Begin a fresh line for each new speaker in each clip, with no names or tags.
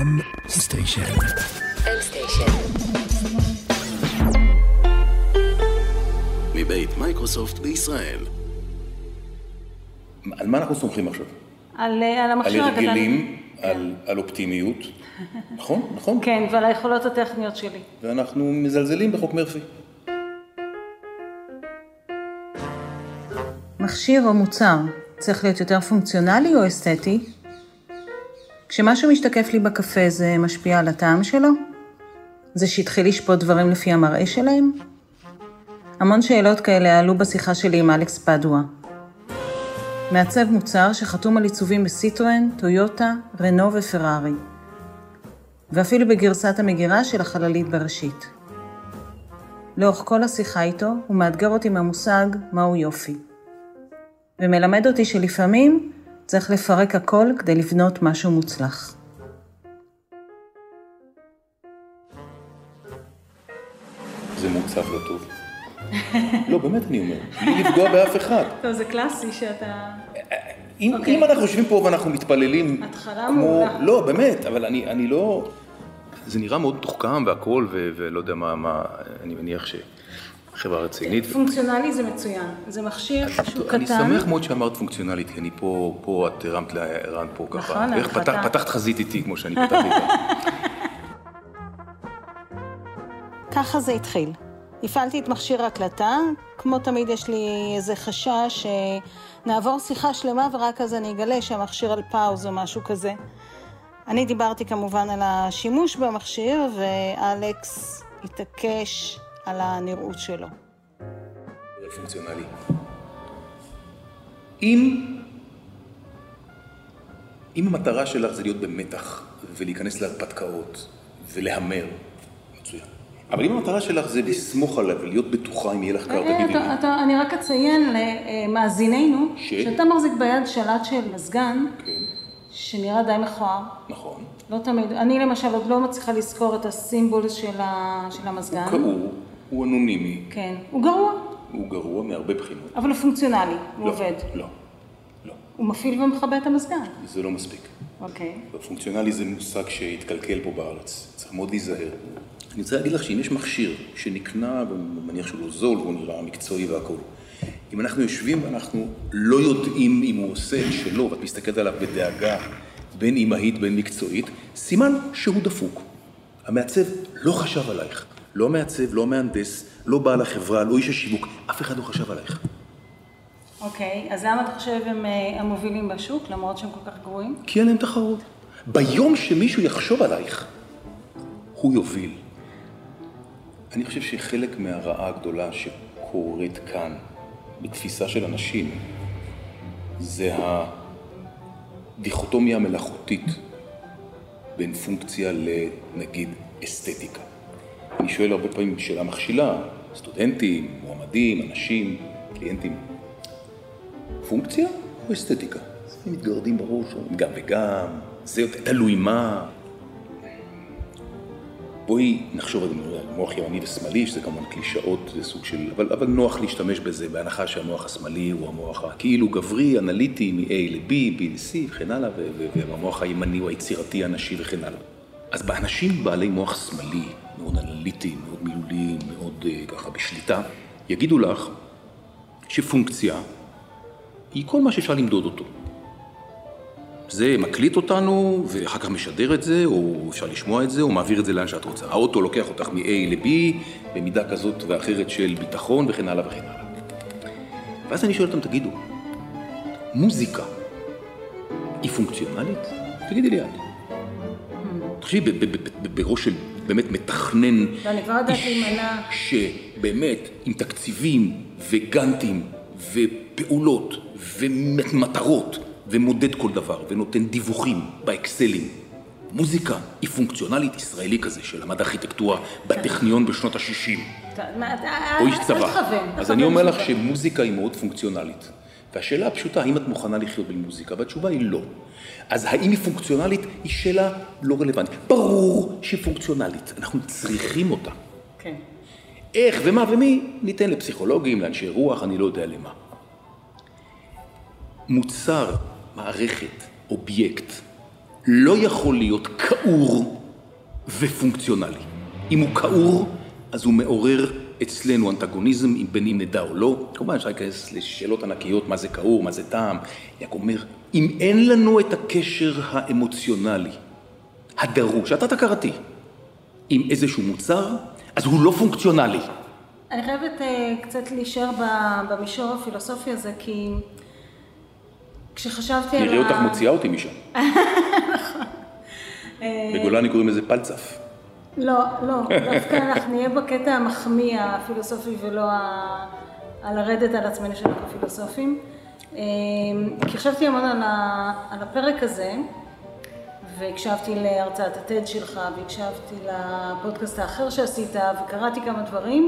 M-Station. מבית מייקרוסופט בישראל. על מה אנחנו סומכים עכשיו?
על המכשיר הקטן.
על הרגלים, על אופטימיות. נכון? נכון?
כן, ועל היכולות הטכניות שלי.
ואנחנו מזלזלים בחוק מרפי.
מכשיר או מוצר צריך להיות יותר פונקציונלי או אסתטי? כשמשהו משתקף לי בקפה זה משפיע על הטעם שלו? זה שהתחיל לשפוט דברים לפי המראה שלהם? המון שאלות כאלה עלו בשיחה שלי עם אלכס פדואה. מעצב מוצר שחתום על עיצובים בסיטרואן, טויוטה, רנו ופרארי. ואפילו בגרסת המגירה של החללית בראשית. לאורך כל השיחה איתו הוא מאתגר אותי מהמושג מהו יופי. ומלמד אותי שלפעמים צריך לפרק הכל כדי לבנות משהו מוצלח.
זה מוצב לא טוב. לא, באמת אני אומר. בלי לפגוע באף אחד.
טוב, זה קלאסי שאתה...
אם אנחנו יושבים פה ואנחנו מתפללים...
התחלה מעולה.
לא, באמת, אבל אני לא... זה נראה מאוד תוחכם והכל, ולא יודע מה... אני מניח שחברה רצינית...
פונקציונלי זה מצוין. זה מכשיר שהוא קטן.
אני שמח מאוד שאמרת פונקציונלית, כי אני פה את הרמת לערן פה ככה.
נכון,
איך פתחת חזית איתי כמו שאני פתחתי איתה.
ככה זה התחיל. הפעלתי את מכשיר ההקלטה, כמו תמיד יש לי איזה חשש שנעבור שיחה שלמה ורק אז אני אגלה שהמכשיר על פאוז או משהו כזה. אני דיברתי כמובן על השימוש במכשיר ואלכס התעקש על הנראות שלו.
פונקציונלי. אם המטרה שלך זה להיות במתח ולהיכנס להרפתקאות ולהמר, מצוין. אבל אם המטרה שלך זה לסמוך עליו ולהיות בטוחה אם יהיה לך קר, תגידי לי.
אני רק אציין למאזיננו, שאתה מחזיק ביד שלט של מזגן, שנראה די מכוער.
נכון.
לא תמיד. אני למשל עוד לא מצליחה לזכור את הסימבול של המזגן.
הוא כאור, הוא אנונימי.
כן. הוא גרוע.
הוא גרוע מהרבה בחינות.
אבל הוא פונקציונלי, הוא עובד.
לא.
הוא מפעיל ומכבה את המזגן.
זה לא מספיק.
אוקיי.
פונקציונלי זה מושג שהתקלקל פה בארץ. צריך מאוד להיזהר. אני רוצה להגיד לך שאם יש מכשיר שנקנה, ומניח שהוא לא זול, והוא נראה מקצועי והכל, אם אנחנו יושבים ואנחנו לא יודעים אם הוא עושה את שלו, ואת מסתכלת עליו בדאגה בין אימהית, בין מקצועית, סימן שהוא דפוק. המעצב לא חשב עלייך. לא מעצב, לא מהנדס, לא בעל החברה, לא איש השיווק, אף אחד לא חשב עלייך.
אוקיי, אז למה אתה חושב הם המובילים בשוק, למרות שהם כל כך גרועים?
כי אין להם תחרות. ביום שמישהו יחשוב עלייך, הוא יוביל. אני חושב שחלק מהרעה הגדולה שקורית כאן, בתפיסה של אנשים, זה הדיכוטומיה המלאכותית בין פונקציה לנגיד אסתטיקה. אני שואל הרבה פעמים שאלה מכשילה, סטודנטים, מועמדים, אנשים, קליינטים. פונקציה או אסתטיקה? הם מתגרדים בראש, גם וגם, זה תלוי מה. בואי נחשוב על מוח ימני ושמאלי, שזה כמובן קלישאות, זה סוג של... אבל נוח להשתמש בזה, בהנחה שהמוח השמאלי הוא המוח הכאילו גברי, אנליטי, מ-A ל-B, B ל-C וכן הלאה, והמוח הימני הוא היצירתי, הנשי וכן הלאה. אז באנשים בעלי מוח שמאלי, מאוד אנליטיים, מאוד מילוליים, מאוד ככה בשליטה, יגידו לך שפונקציה היא כל מה שאפשר למדוד אותו. זה מקליט אותנו, ואחר כך משדר את זה, או אפשר לשמוע את זה, או מעביר את זה לאן שאת רוצה. האוטו לוקח אותך מ-A ל-B, במידה כזאת ואחרת של ביטחון, וכן הלאה וכן הלאה. ואז אני שואל אותם, תגידו, מוזיקה היא פונקציונלית? תגידי לי את. תחשבי בראש של באמת מתכנן איש שבאמת עם תקציבים וגנטים ופעולות ומטרות, ומודד כל דבר, ונותן דיווחים באקסלים. מוזיקה היא פונקציונלית ישראלי כזה, שלמד ארכיטקטורה בטכניון בשנות ה-60. או איש צבא. אז אני אומר לך שמוזיקה היא מאוד פונקציונלית. והשאלה הפשוטה, האם את מוכנה לחיות בלי מוזיקה? והתשובה היא לא. אז האם היא פונקציונלית? היא שאלה לא רלוונטית. ברור שהיא פונקציונלית. אנחנו צריכים אותה.
כן.
איך ומה ומי ניתן לפסיכולוגים, לאנשי רוח, אני לא יודע למה. מוצר, מערכת, אובייקט, לא יכול להיות כאור ופונקציונלי. אם הוא כאור, אז הוא מעורר אצלנו אנטגוניזם, בין אם נדע או לא. כמובן, אפשר להיכנס לשאלות ענקיות, מה זה כאור, מה זה טעם. יעקב אומר, אם אין לנו את הקשר האמוציונלי, הדרוש, אתה תכרתי, עם איזשהו מוצר, אז הוא לא פונקציונלי.
אני חייבת קצת להישאר במישור הפילוסופי הזה, כי כשחשבתי על
נראה אותך מוציאה אותי משם. בגולני קוראים לזה פלצף.
לא, דווקא אנחנו נהיה בקטע המחמיא הפילוסופי ולא על לרדת על עצמנו של הפילוסופים. כי חשבתי המון על הפרק הזה, והקשבתי להרצאת הטד שלך, והקשבתי לפודקאסט האחר שעשית, וקראתי כמה דברים,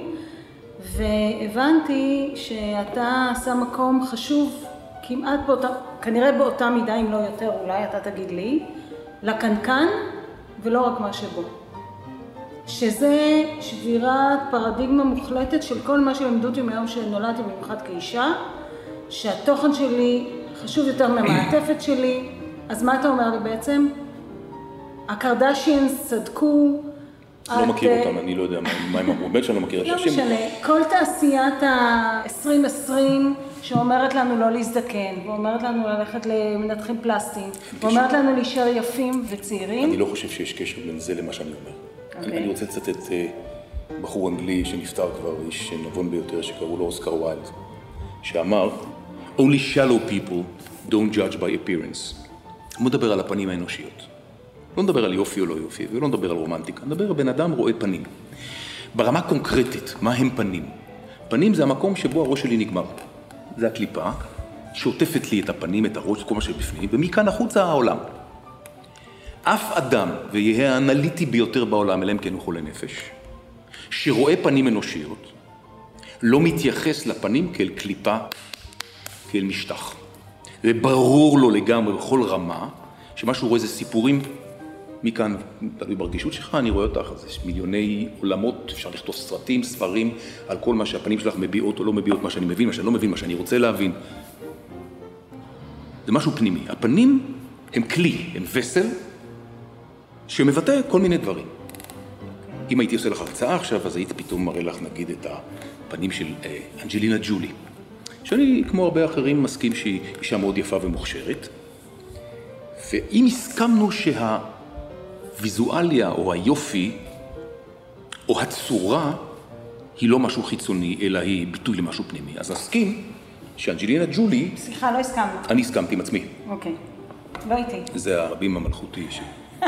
והבנתי שאתה שם מקום חשוב, כמעט כנראה באותה מידה, אם לא יותר, אולי אתה תגיד לי, לקנקן, ולא רק מה שבו. שזה שבירת פרדיגמה מוחלטת של כל מה שלימדו אותי מהיום שנולדתי, במיוחד כאישה, שהתוכן שלי חשוב יותר מהמעטפת שלי. אז מה אתה אומר לי בעצם? הקרדשיאנס צדקו.
לא מכיר אותם, אני לא יודע מה הם אמרו, באמת שאני לא מכיר את השם.
לא משנה, כל תעשיית ה-2020 שאומרת לנו לא להזדקן, ואומרת לנו ללכת למנתחים פלסטיים, ואומרת לנו להישאר יפים וצעירים.
אני לא חושב שיש קשר בין זה למה שאני אומר. אני רוצה לצטט בחור אנגלי שנפטר כבר, איש נבון ביותר, שקראו לו אוסקר ויילד, שאמר, Only shallow people don't judge by appearance. הוא מדבר על הפנים האנושיות. לא מדבר על יופי או לא יופי, ולא מדבר על רומנטיקה. מדבר, בן אדם רואה פנים. ברמה קונקרטית, מה הם פנים? פנים זה המקום שבו הראש שלי נגמר. זה הקליפה שעוטפת לי את הפנים, את הראש, כל מה שבפנים, ומכאן החוצה העולם. אף אדם, ויהיה האנליטי ביותר בעולם, אלא אם כן הוא חולה נפש, שרואה פנים אנושיות, לא מתייחס לפנים כאל קליפה, כאל משטח. וברור לו לגמרי בכל רמה, שמה שהוא רואה זה סיפורים, מכאן, תלוי ברגישות שלך, אני רואה אותך, אז יש מיליוני עולמות, אפשר לכתוב סרטים, ספרים, על כל מה שהפנים שלך מביאות או לא מביאות, מה שאני מבין, מה שאני לא מבין, מה שאני רוצה להבין. זה משהו פנימי. הפנים הם כלי, הם וסל, שמבטא כל מיני דברים. אם הייתי עושה לך הרצאה עכשיו, אז הייתי פתאום מראה לך, נגיד, את הפנים של אנג'לינה ג'ולי, שאני, כמו הרבה אחרים, מסכים שהיא אישה מאוד יפה ומוכשרת. ואם הסכמנו שהוויזואליה או היופי או הצורה היא לא משהו חיצוני, אלא היא ביטוי למשהו פנימי, אז נסכים שאנג'לינה ג'ולי...
סליחה, לא הסכמנו.
אני הסכמתי עם עצמי.
אוקיי. לא איתי.
זה הרבים המלכותי ש...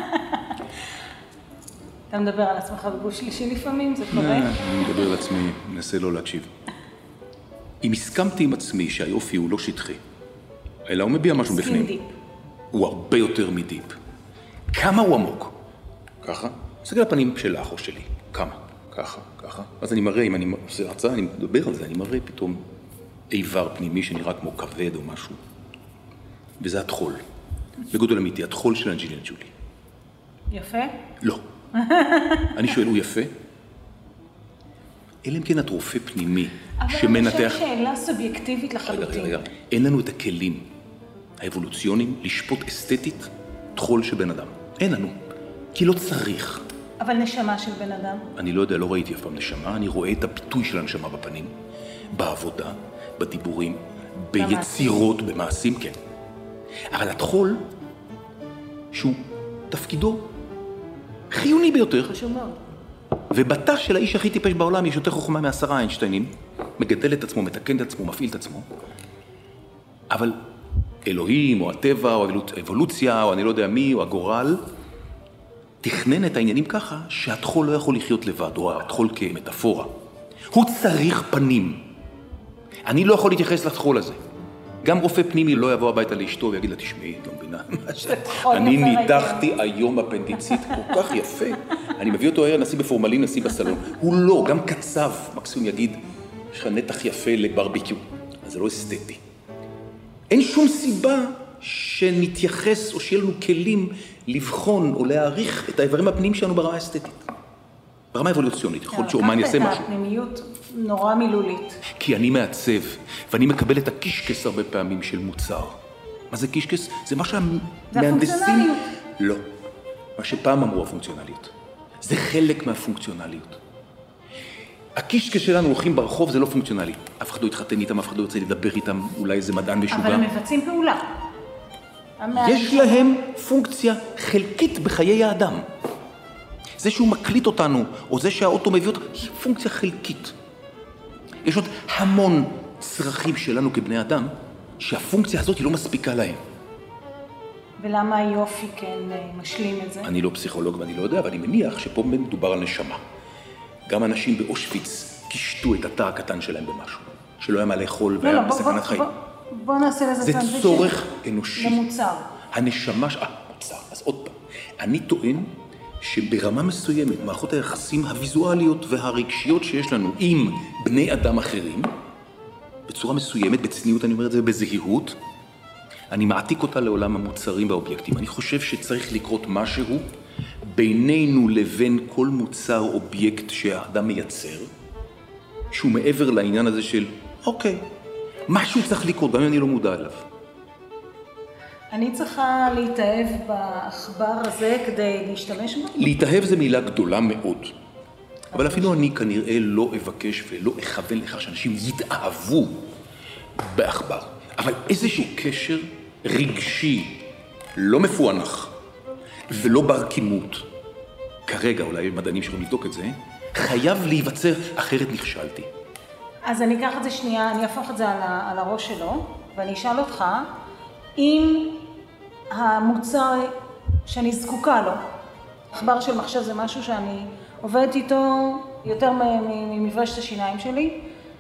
אתה מדבר על עצמך בגוש שלישי לפעמים, זה קורה?
אני מדבר על עצמי, מנסה לא להקשיב. אם הסכמתי עם עצמי שהיופי הוא לא שטחי, אלא הוא מביע משהו בפנים.
סקין דיפ.
הוא הרבה יותר מדיפ. כמה הוא עמוק? ככה. מסתכל על הפנים שלך או שלי. כמה? ככה, ככה. אז אני מראה, אם אני עושה הרצאה, אני מדבר על זה, אני מראה פתאום איבר פנימי שנראה כמו כבד או משהו. וזה התחול. בגודל אמיתי, התחול של אנג'לינה ג'ולי.
יפה?
לא. אני שואל, הוא יפה? אלא אם כן את רופא פנימי שמנתח...
אבל אני חושב שאלה סובייקטיבית לחלוטין.
רגע. אין לנו את הכלים האבולוציוניים לשפוט אסתטית תחול של בן אדם. אין לנו. כי לא צריך.
אבל נשמה של בן אדם?
אני לא יודע, לא ראיתי אף פעם נשמה. אני רואה את הפיתוי של הנשמה בפנים, בעבודה, בדיבורים, ביצירות, במעשים, כן. אבל התחול, שהוא תפקידו חיוני ביותר.
חשוב מאוד.
ובתא של האיש הכי טיפש בעולם יש יותר חוכמה מ10 איינשטיינים, מגדל את עצמו, מתקן את עצמו, מפעיל את עצמו. אבל אלוהים, או הטבע, או האבולוציה, או אני לא יודע מי, או הגורל, תכנן את העניינים ככה שהתחול לא יכול לחיות לבד, או התחול כמטאפורה. הוא צריך פנים. אני לא יכול להתייחס לתחול הזה. גם רופא פנימי לא יבוא הביתה לאשתו ויגיד לה, תשמעי, לא מבינה. אני ניתחתי היום אפנדיצית כל כך יפה. אני מביא אותו הערב, נשים בפורמלין, נשים בסלון. הוא לא, גם קצב, מקסימום יגיד, יש לך נתח יפה לברביקיו. אז זה לא אסתטי. אין שום סיבה שנתייחס או שיהיה לנו כלים לבחון או להעריך את האיברים הפנימיים שלנו ברמה האסתטית. ברמה אבולוציונית, יכול להיות שאומן יעשה משהו.
לקחת את הפנימיות נורא מילולית.
כי אני מעצב, ואני מקבל את הקישקס הרבה פעמים של מוצר. מה זה קישקס? זה מה שהמהנדסים לא. מה שפעם אמרו הפונקציונליות. זה חלק מהפונקציונליות. הקישקע שלנו הולכים ברחוב, זה לא פונקציונלי. אף אחד לא יתחתן איתם, אף אחד לא יוצא לדבר איתם, אולי איזה מדען משוגע.
אבל הם מבצעים פעולה.
יש להם פונקציה חלקית בחיי האדם. זה שהוא מקליט אותנו, או זה שהאוטו מביא אותנו, היא פונקציה חלקית. יש עוד המון צרכים שלנו כבני אדם, שהפונקציה הזאת היא לא מספיקה להם.
ולמה היופי כן משלים את זה?
אני לא פסיכולוג ואני לא יודע, אבל אני מניח שפה מדובר על נשמה. גם אנשים באושוויץ קישטו את התא הקטן שלהם במשהו, שלא היה מה לאכול והיה בסכנת חיים.
בוא נעשה לזה
זה צורך אנושי.
למוצר.
הנשמה, מוצר. אז עוד פעם, אני טוען שברמה מסוימת, מערכות היחסים הוויזואליות והרגשיות שיש לנו עם בני אדם אחרים, בצורה מסוימת, בצניעות אני אומר את זה, בזהירות, אני מעתיק אותה לעולם המוצרים והאובייקטים. אני חושב שצריך לקרות משהו בינינו לבין כל מוצר אובייקט שהאדם מייצר, שהוא מעבר לעניין הזה של, אוקיי, משהו צריך לקרות, גם אם אני לא מודע אליו.
אני צריכה להתאהב בעכבר הזה כדי להשתמש בו?
להתאהב זה מילה גדולה מאוד. אבל אפילו אני כנראה לא אבקש ולא אכוון לכך שאנשים יתאהבו בעכבר. אבל איזשהו קשר רגשי, לא מפוענח ולא בר כימות, כרגע אולי מדענים שיכולים לבדוק את זה, חייב להיווצר, אחרת נכשלתי.
אז אני אקח את זה שנייה, אני אהפוך את זה על הראש שלו, ואני אשאל אותך, אם המוצר שאני זקוקה לו, עכבר של מחשב זה משהו שאני עובדת איתו יותר ממברשת השיניים שלי,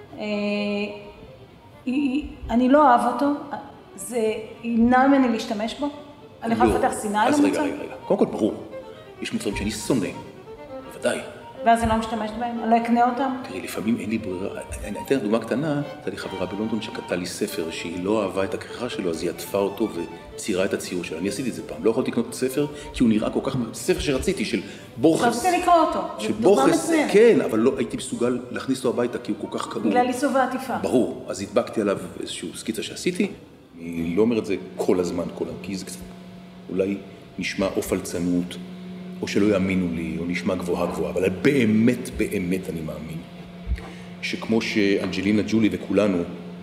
אני לא אוהב אותו, זה ימנע ממני להשתמש בו? אני יכולה לפתח שנאה למוצר?
אז רגע. קודם כל ברור, יש מוצרים שאני שונא, בוודאי.
ואז אני לא משתמשת בהם? אני לא אקנה אותם?
תראי, לפעמים אין לי ברירה. אני אתן דוגמה קטנה, הייתה לי חברה בלונדון שכתבה לי ספר שהיא לא אהבה את הכריכה שלו, אז היא עטפה אותו וציירה את הציור שלו. אני עשיתי את זה פעם, לא יכולתי לקנות ספר, כי הוא נראה כל כך ספר שרציתי, של בורכס.
רציתי לקרוא אותו,
של בורכס, כן, אבל לא הייתי מסוגל להכניס אותו הביתה, כי הוא כל כך קרוב.
בגלל עיצוב העטיפה.
ברור, אז הדבקתי עליו איזשהו סקיצה שעשיתי. אני לא אומר את זה כל הזמן, כי זה קצת אולי נשמע או פלצנות, או שלא יאמינו לי, או נשמע גבוהה, אבל באמת אני מאמין, שכמו שאנג'לינה ג'ולי וכולנו,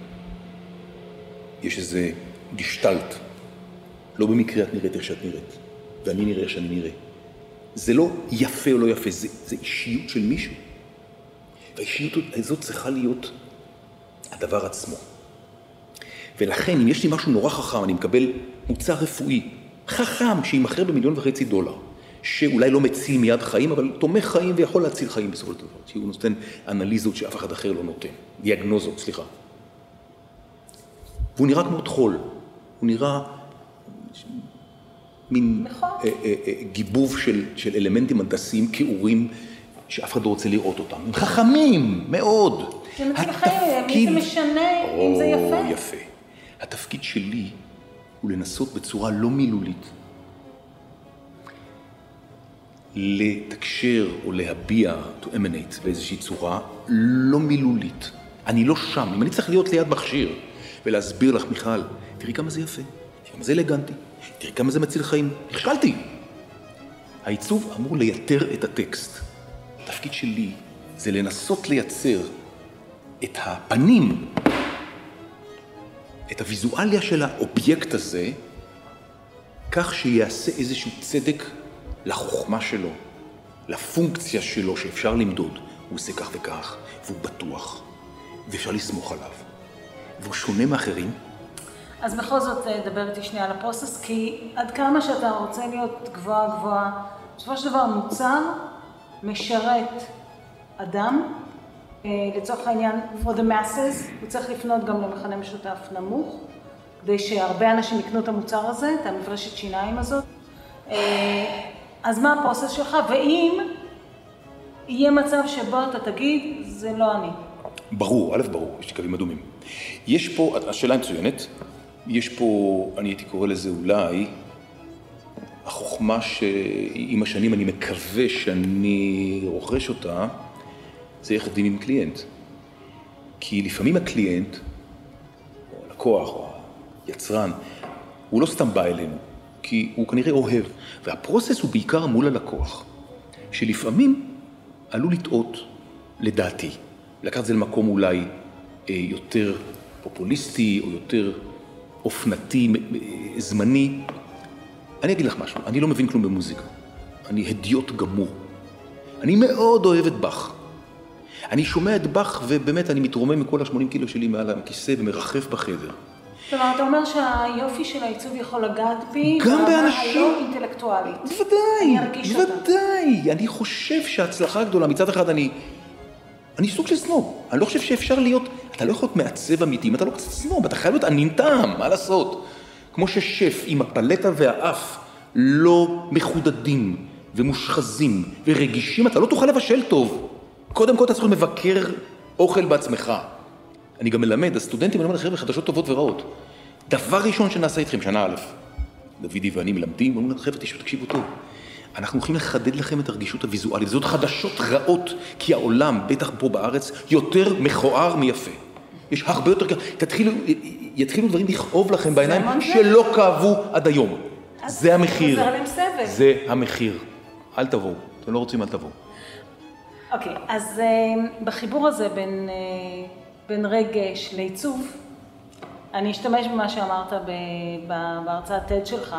יש איזה גשטלט, לא במקרה את נראית איך שאת נראית, ואני נראה איך שאני נראה. זה לא יפה או לא יפה, זה אישיות של מישהו. והאישיות הזאת צריכה להיות הדבר עצמו. ולכן, אם יש לי משהו נורא חכם, אני מקבל מוצר רפואי, חכם, שימכר ב$1.5 מיליון, שאולי לא מציל מיד חיים, אבל תומך חיים ויכול להציל חיים בסופו של דבר. כי הוא נותן אנליזות שאף אחד אחר לא נותן. דיאגנוזות, סליחה. והוא נראה כמו תחול. הוא נראה מין גיבוב של אלמנטים הנדסיים כאורים שאף אחד לא רוצה לראות אותם. הם חכמים מאוד.
שמציל חיים, מי זה משנה אם זה יפה?
יפה. התפקיד שלי הוא לנסות בצורה לא מילולית, לתקשר או להביע, to emanate באיזושהי צורה לא מילולית. אני לא שם. אם אני צריך להיות ליד מכשיר ולהסביר לך, מיכל, תראי כמה זה יפה, תראי כמה זה אלגנטי, תראי כמה זה מציל חיים. נכשלתי. העיצוב אמור לייתר את הטקסט. התפקיד שלי זה לנסות לייצר את הפנים, את הוויזואליה של האובייקט הזה, כך שיעשה איזשהו צדק לחוכמה שלו, לפונקציה שלו שאפשר למדוד. הוא עושה כך וכך, והוא בטוח, ואפשר לסמוך עליו, והוא שונה מאחרים.
אז בכל זאת דבר איתי שנייה על הפרוסס, כי עד כמה שאתה רוצה להיות גבוהה, בסופו של דבר מוצר משרת אדם, לצורך העניין, for the masses, הוא צריך לפנות גם למכנה משותף נמוך, כדי שהרבה אנשים יקנו את המוצר הזה, את המברשת שיניים הזאת. אז מה הפרוסס שלך? ואם יהיה מצב שבו אתה תגיד, זה לא אני.
ברור, ברור, יש לי קווים אדומים. יש פה, השאלה מצוינת, יש פה, אני הייתי קורא לזה אולי, החוכמה שעם השנים אני מקווה שאני רוכש אותה, זה איך עובדים עם קליינט. כי לפעמים הקליינט, או הלקוח, או היצרן, הוא לא סתם בא אלינו. כי הוא כנראה אוהב. והפרוסס הוא בעיקר מול הלקוח, שלפעמים עלול לטעות, לדעתי, לקחת את זה למקום אולי יותר פופוליסטי או יותר אופנתי, זמני. אני אגיד לך משהו, אני לא מבין כלום במוזיקה. אני הדיוט גמור. אני מאוד אוהב את באך. אני שומע את באך ובאמת אני מתרומם מכל ה-80 קילו שלי מעל הכיסא ומרחף בחדר.
כלומר, אתה אומר שהיופי של העיצוב יכול לגעת בי,
גם באנשים...
הלא אינטלקטואלית.
בוודאי,
אני ארגיש אותה.
בוודאי. אני חושב שההצלחה הגדולה, מצד אחד אני סוג של סנוב. אני לא חושב שאפשר להיות, אתה לא יכול להיות מעצב אמיתי, אם אתה לא קצת סנוב, אתה חייב להיות ענין טעם, מה לעשות? כמו ששף עם הפלטה והאף לא מחודדים ומושחזים ורגישים, אתה לא תוכל לבשל טוב. קודם כל אתה צריך לבקר אוכל בעצמך. אני גם מלמד, הסטודנטים, אני אומר לכם, חדשות טובות ורעות. דבר ראשון שנעשה איתכם, שנה א', דודי ואני מלמדים, ואומרים לכם, תקשיבו טוב. אנחנו הולכים לחדד לכם את הרגישות הוויזואלית. זאת חדשות רעות, כי העולם, בטח פה בארץ, יותר מכוער מיפה. יש הרבה יותר... יתחילו דברים לכאוב לכם בעיניים שלא כאבו עד היום. זה המחיר.
חוזר להם סבל.
זה המחיר. אל תבואו. אתם לא רוצים, אל תבואו.
אוקיי, אז בחיבור הזה בין רגש לעיצוב, אני אשתמש במה שאמרת בהרצאת TED שלך.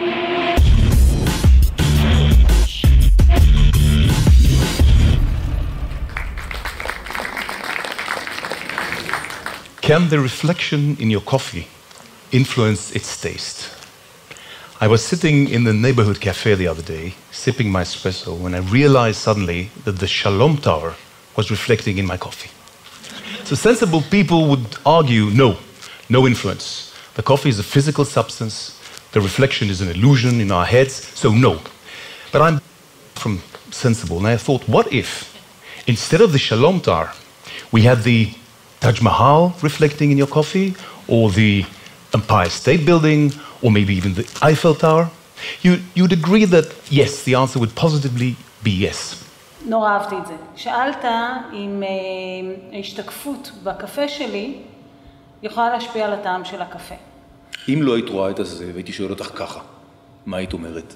Can the reflection in your coffee influence its taste? I was sitting in the neighborhood cafe the other day, sipping my espresso, when I realized suddenly that the Shalom Tower was reflecting in my coffee. So sensible people would argue, no influence. The coffee is a physical substance, the reflection is an illusion in our heads, so no. But I'm from sensible, and I thought, what if, instead of the Shalom Tower, we had the Taj Mahal reflecting in your coffee, or the Empire State Building, or maybe even the Eiffel Tower? You'd agree that yes, the answer would positively be yes.
נורא אהבתי את זה. שאלת אם ההשתקפות בקפה שלי יכולה להשפיע על הטעם של הקפה.
אם לא היית רואה את זה והייתי שואל אותך ככה, מה היית אומרת?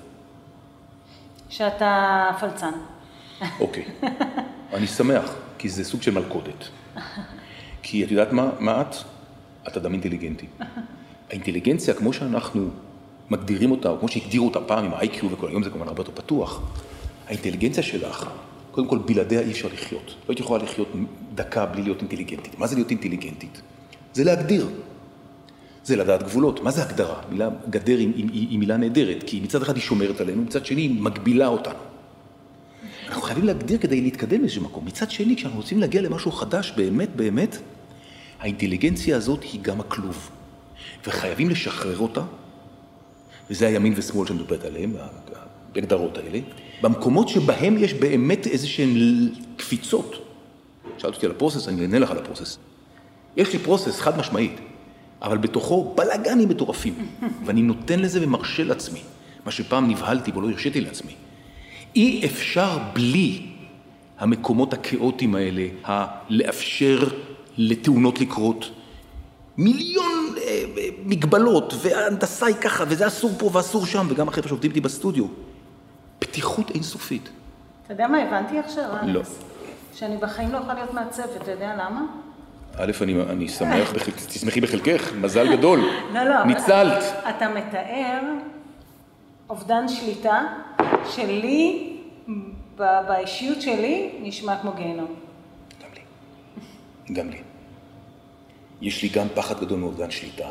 שאתה פלצן.
אוקיי. אני שמח, כי זה סוג של מלכודת. כי את יודעת מה את? את אדם אינטליגנטי. האינטליגנציה, כמו שאנחנו מגדירים אותה, או כמו שהגדירו אותה פעם עם ה-IQ וכל היום זה כמובן הרבה יותר פתוח, האינטליגנציה שלך, קודם כל בלעדיה אי אפשר לחיות. לא הייתי יכולה לחיות דקה בלי להיות אינטליגנטית. מה זה להיות אינטליגנטית? זה להגדיר. זה לדעת גבולות. מה זה הגדרה? מילה גדר היא מילה נהדרת, כי מצד אחד היא שומרת עלינו, מצד שני היא מגבילה אותנו. אנחנו חייבים להגדיר כדי להתקדם לאיזשהו מקום. מצד שני, כשאנחנו רוצים להגיע למשהו חדש, באמת, האינטליגנציה הזאת היא גם הכלוב. וחייבים לשחרר אותה, וזה הימין ושמאל שמדוברת עליהם, בהגדרות האלה, במקומות שבהם יש באמת איזשהן קפיצות. שאלת אותי על הפרוסס, אני אענה לך על הפרוסס. יש לי פרוסס חד משמעית, אבל בתוכו בלגנים מטורפים, ואני נותן לזה ומרשה לעצמי, מה שפעם נבהלתי ולא הרשיתי לעצמי. אי אפשר בלי המקומות הכאוטיים האלה, לאפשר לתאונות לקרות, מיליון מגבלות, וההנדסה היא ככה, וזה אסור פה ואסור שם, וגם אחרי שעובדים איתי בסטודיו. פתיחות אינסופית.
אתה יודע מה הבנתי עכשיו?
לא.
שאני בחיים לא יכולה להיות מעצבת, אתה יודע למה?
א', אני שמח, תשמחי בחלקך, מזל גדול.
לא.
ניצלת.
אתה מתאר אובדן שליטה שלי, באישיות שלי, נשמע כמו גיהנום.
גם לי. יש לי גם פחד גדול מאובדן שליטה,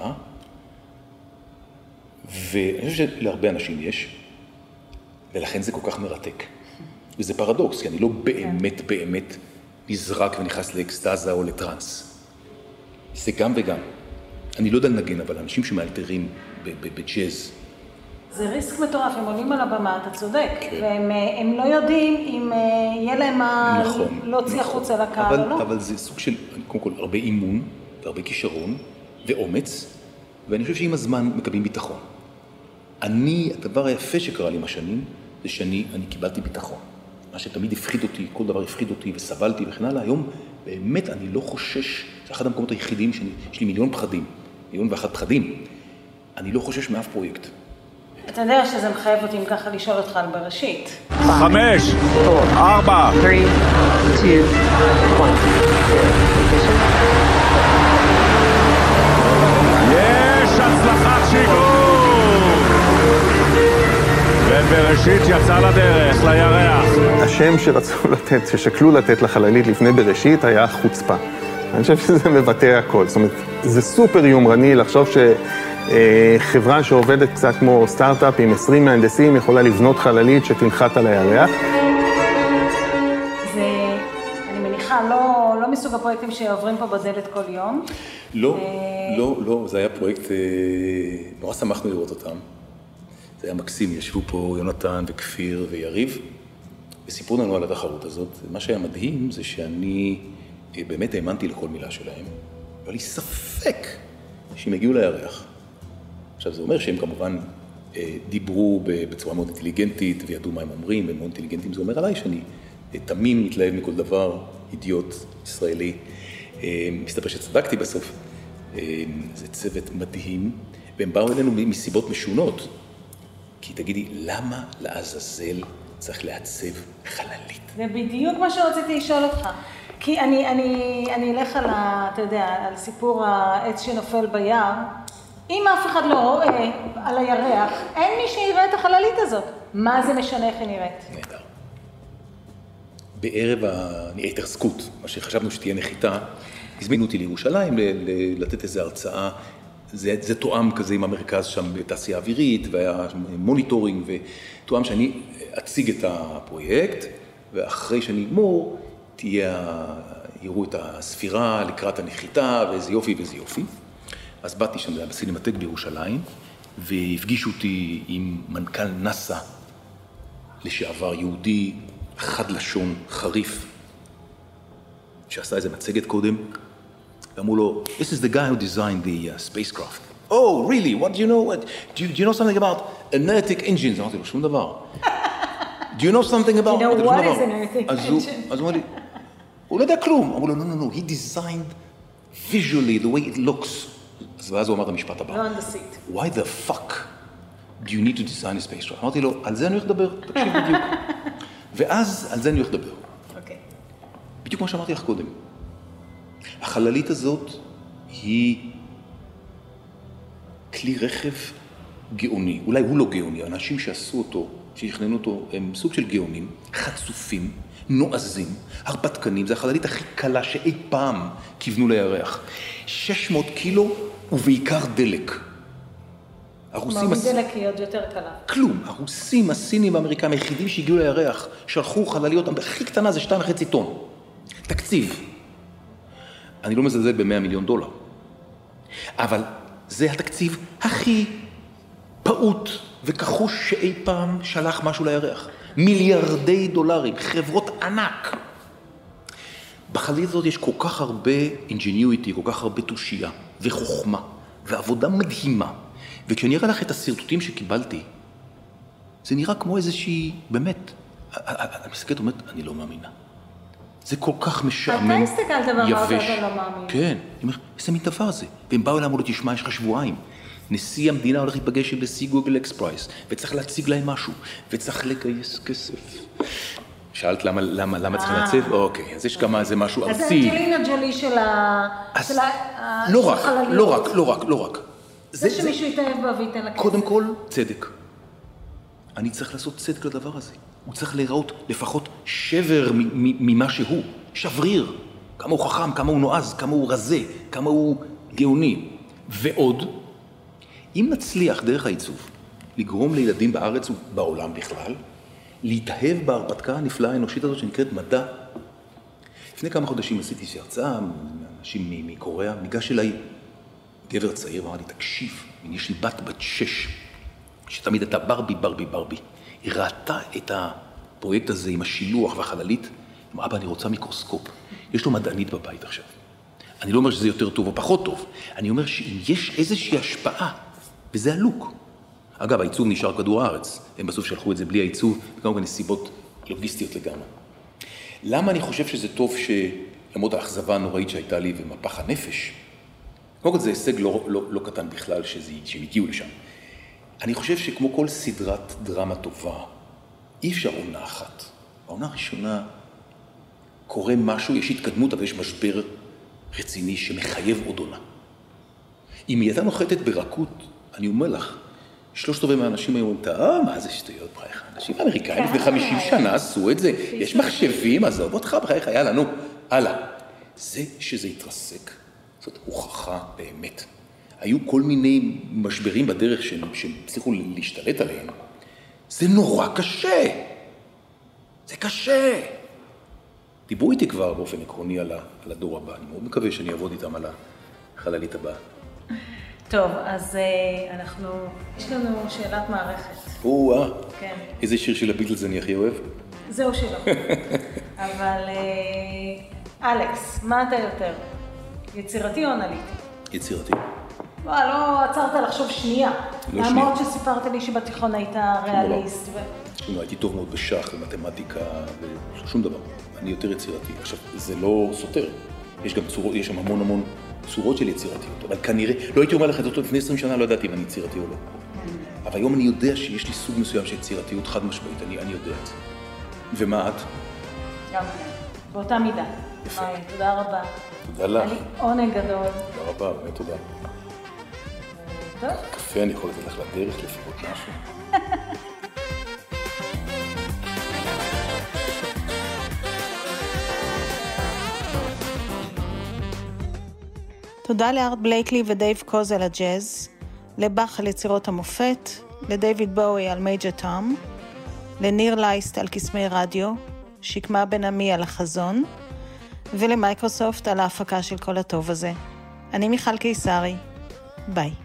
ואני חושב שלהרבה אנשים יש, ולכן זה כל כך מרתק. וזה פרדוקס, כי אני לא באמת נזרק ונכנס לאקסטאזה או לטרנס. זה גם וגם. אני לא יודע לנגן, אבל אנשים שמאלתרים בג'אז.
זה ריסק מטורף, הם עולים על הבמה, אתה צודק, והם לא יודעים אם יהיה להם מה להוציא החוצה לקהל או לא.
אבל זה סוג של, קודם כל, הרבה אימון, והרבה כישרון, ואומץ, ואני חושב שעם הזמן מקבלים ביטחון. הדבר היפה שקרה לי עם השנים, זה שאני קיבלתי ביטחון. מה שתמיד הפחיד אותי, כל דבר הפחיד אותי וסבלתי וכן הלאה. היום באמת אני לא חושש, זה אחד המקומות היחידים שיש לי מיליון פחדים, 1,001,000 פחדים. אני לא חושש מאף פרויקט.
אתה יודע שזה מחייב אותי אם ככה לשאול אותך על בראשית.
5, 4,
3, 2, 1.
יש הצלחת שיגור! ובראשית יצא לדרך, לירח.
השם שרצו לתת, ששקלו לתת לחללית לפני בראשית היה חוצפה. אני חושב שזה מבטא הכל. זאת אומרת, זה סופר יומרני לחשוב שחברה שעובדת קצת כמו סטארט-אפ עם 20 מהנדסים יכולה לבנות חללית שתנחת על הירח.
זה, אני מניחה, לא מסוג הפרויקטים שעוברים פה בדלת כל יום.
לא, זה היה פרויקט, נורא שמחנו לראות אותם. זה היה מקסים, ישבו פה יונתן וכפיר ויריב, וסיפרו לנו על התחרות הזאת. מה שהיה מדהים זה שאני באמת האמנתי לכל מילה שלהם, והיה לי ספק שהם הגיעו לירח. עכשיו, זה אומר שהם כמובן דיברו בצורה מאוד אינטליגנטית, וידעו מה הם אומרים, והם מאוד אינטליגנטים. זה אומר עליי שאני תמים, מתלהב מכל דבר, אידיוט ישראלי. מסתבר שצדקתי בסוף. זה צוות מדהים, והם באו אלינו מסיבות משונות. כי תגידי, למה לעזאזל צריך לעצב חללית?
זה בדיוק מה שרציתי לשאול אותך. כי אני אלך על, אתה יודע, על סיפור העץ שנופל ביער. אם אף אחד לא רואה על הירח, אין מי שיראה את החללית הזאת. מה זה משנה איך היא נראית?
נהדר. בערב ההתרסקות, מה שחשבנו שתהיה נחיתה, הזמינו אותי לירושלים לתת איזו הרצאה. זה תואם כזה עם המרכז שם בתעשייה אווירית, והיה מוניטורינג, ותואם שאני אציג את הפרויקט, ואחרי שאני אגמור, יראו את הספירה לקראת הנחיתה, ואיזה יופי ואיזה יופי. אז באתי שם, זה היה בסינמטק בירושלים, והפגישו אותי עם מנכ"ל נאסא, לשעבר יהודי, חד לשון, חריף, שעשה איזה מצגת קודם, ואמרו לו, this is the guy who designed the spacecraft. Oh, really? What do you know? Do you know something about inertic engines? אמרתי לו, שום דבר. Do you know something about...
Do you know what is inertic engine?
אז הוא אמר לי, הוא לא יודע כלום. אמרו לו, no, he designed visually the way it looks. אז ואז הוא אמר את המשפט הבא.
לא הנדסית.
Why the fuck do you need to design a spacecraft? אמרתי לו, על זה אני הולך לדבר, תקשיב בדיוק. ואז על זה אני הולך לדבר.
אוקיי.
בדיוק כמו שאמרתי לך קודם. החללית הזאת היא כלי רכב גאוני, אולי הוא לא גאוני, האנשים שעשו אותו, שיכננו אותו, הם סוג של גאונים, חצופים, נועזים, הרפתקנים, זה החללית הכי קלה שאי פעם כיוונו לירח. 600 קילו ובעיקר דלק.
כלומר, מדלק היא עוד יותר קלה.
כלום, הרוסים, הסינים והאמריקאים היחידים שהגיעו לירח, שלחו חלליות, הכי קטנה זה 2.5 טון. תקציב. אני לא מזלזל ב$100 מיליון. אבל זה התקציב הכי פעוט וכחוש שאי פעם שלח משהו לירח. מיליארדי דולרים, חברות ענק. בחללית הזאת יש כל כך הרבה ingenuity, כל כך הרבה תושייה וחוכמה ועבודה מדהימה. וכשאני אראה לך את הסרטוטים שקיבלתי, זה נראה כמו איזושהי, באמת, אני מסתכלת ואומרת, אני לא מאמינה. זה כל כך משעמם,
אתה הסתכלת ואמרת, אתה לא מאמין.
כן, אני אומר, איזה מין דבר זה? והם באו אליי, אמרו לו, תשמע, יש לך שבועיים. נשיא המדינה הולך להיפגש עם נשיא גוגל אקס פרייס, וצריך להציג להם משהו, וצריך לגייס כסף. שאלת למה צריך להציב? אוקיי, אז יש כמה איזה משהו ארצי.
אז אנג'לינה ג'ולי של
החלליות. לא רק.
זה שמישהו יתאהב בה וייתן לה כסף.
קודם כל, צדק. אני צריך לעשות צדק לדבר הזה. הוא צריך להיראות לפחות שבר ממה שהוא, שבריר. כמה הוא חכם, כמה הוא נועז, כמה הוא רזה, כמה הוא גאוני. ועוד, אם נצליח דרך העיצוב לגרום לילדים בארץ ובעולם בכלל, להתאהב בהרפתקה הנפלאה האנושית הזאת שנקראת מדע. לפני כמה חודשים עשיתי הרצאה, אנשים מקוריאה, ניגש אליי גבר צעיר ואמר לי, תקשיב, יש לי בת 6, שתמיד הייתה ברבי. היא ראתה את הפרויקט הזה עם השילוח והחללית, אמרה, אבא, אני רוצה מיקרוסקופ. יש לו מדענית בבית עכשיו. אני לא אומר שזה יותר טוב או פחות טוב, אני אומר שאם יש איזושהי השפעה, וזה הלוק. אגב, העיצוב נשאר כדור הארץ, הם בסוף שלחו את זה בלי העיצוב, וגם בנסיבות לוגיסטיות לגמרי. למה אני חושב שזה טוב שלמרות האכזבה הנוראית שהייתה לי ומפח הנפש, קודם כל זה הישג לא קטן בכלל שהם הגיעו לשם. אני חושב שכמו כל סדרת דרמה טובה, אי אפשר עונה אחת. בעונה הראשונה קורה משהו, יש התקדמות, אבל יש משבר רציני שמחייב עוד עונה. אם היא הייתה נוחתת ברכות, אני אומר לך, 3/4 מהאנשים היום אומרים, מה זה שטויות בחייך? אנשים אמריקאים לפני 50 שנה עשו את זה, יש מחשבים, עזוב אותך בחייך, יאללה, נו, הלאה. זה שזה התרסק, זאת הוכחה באמת. היו כל מיני משברים בדרך שהם הצליחו להשתלט עליהם. זה נורא קשה. זה קשה. דיברו איתי כבר באופן עקרוני על הדור הבא. אני מאוד מקווה שאני אעבוד איתם על החללית הבאה.
טוב, אז יש לנו שאלת מערכת.
כן. איזה שיר של הביטלס אני הכי אוהב?
זהו שלא. אבל אלכס, מה אתה יותר? יצירתי או אנליטי?
יצירתי.
לא עצרת לחשוב שנייה. למרות שסיפרת לי שבתיכון היית ריאליסט.
הייתי טוב מאוד בשח ומתמטיקה ושום דבר. אני יותר יצירתי. עכשיו, זה לא סותר. יש גם צורות, יש שם המון צורות של יצירתיות. אבל כנראה, לא הייתי אומר לך את זה לפני 20 שנה, לא ידעתי אם אני יצירתי או לא. אבל היום אני יודע שיש לי סוג מסוים של יצירתיות חד משמעית. אני יודע את זה. ומה את?
גם באותה מידה.
יפה.
תודה רבה.
תודה לך.
היה לי עונג גדול.
תודה רבה, באמת תודה.
טוב.
קפה אני יכול לתת לך לדרך לפחות משהו.
תודה לארט בלייקלי ודייב קוז על הג'אז, לבח על יצירות המופת, לדייוויד בואי על מייג'ר טום, לניר לייסט על קסמי רדיו, שקמה בן עמי על החזון, ולמייקרוסופט על ההפקה של כל הטוב הזה. אני מיכל קיסרי. ביי.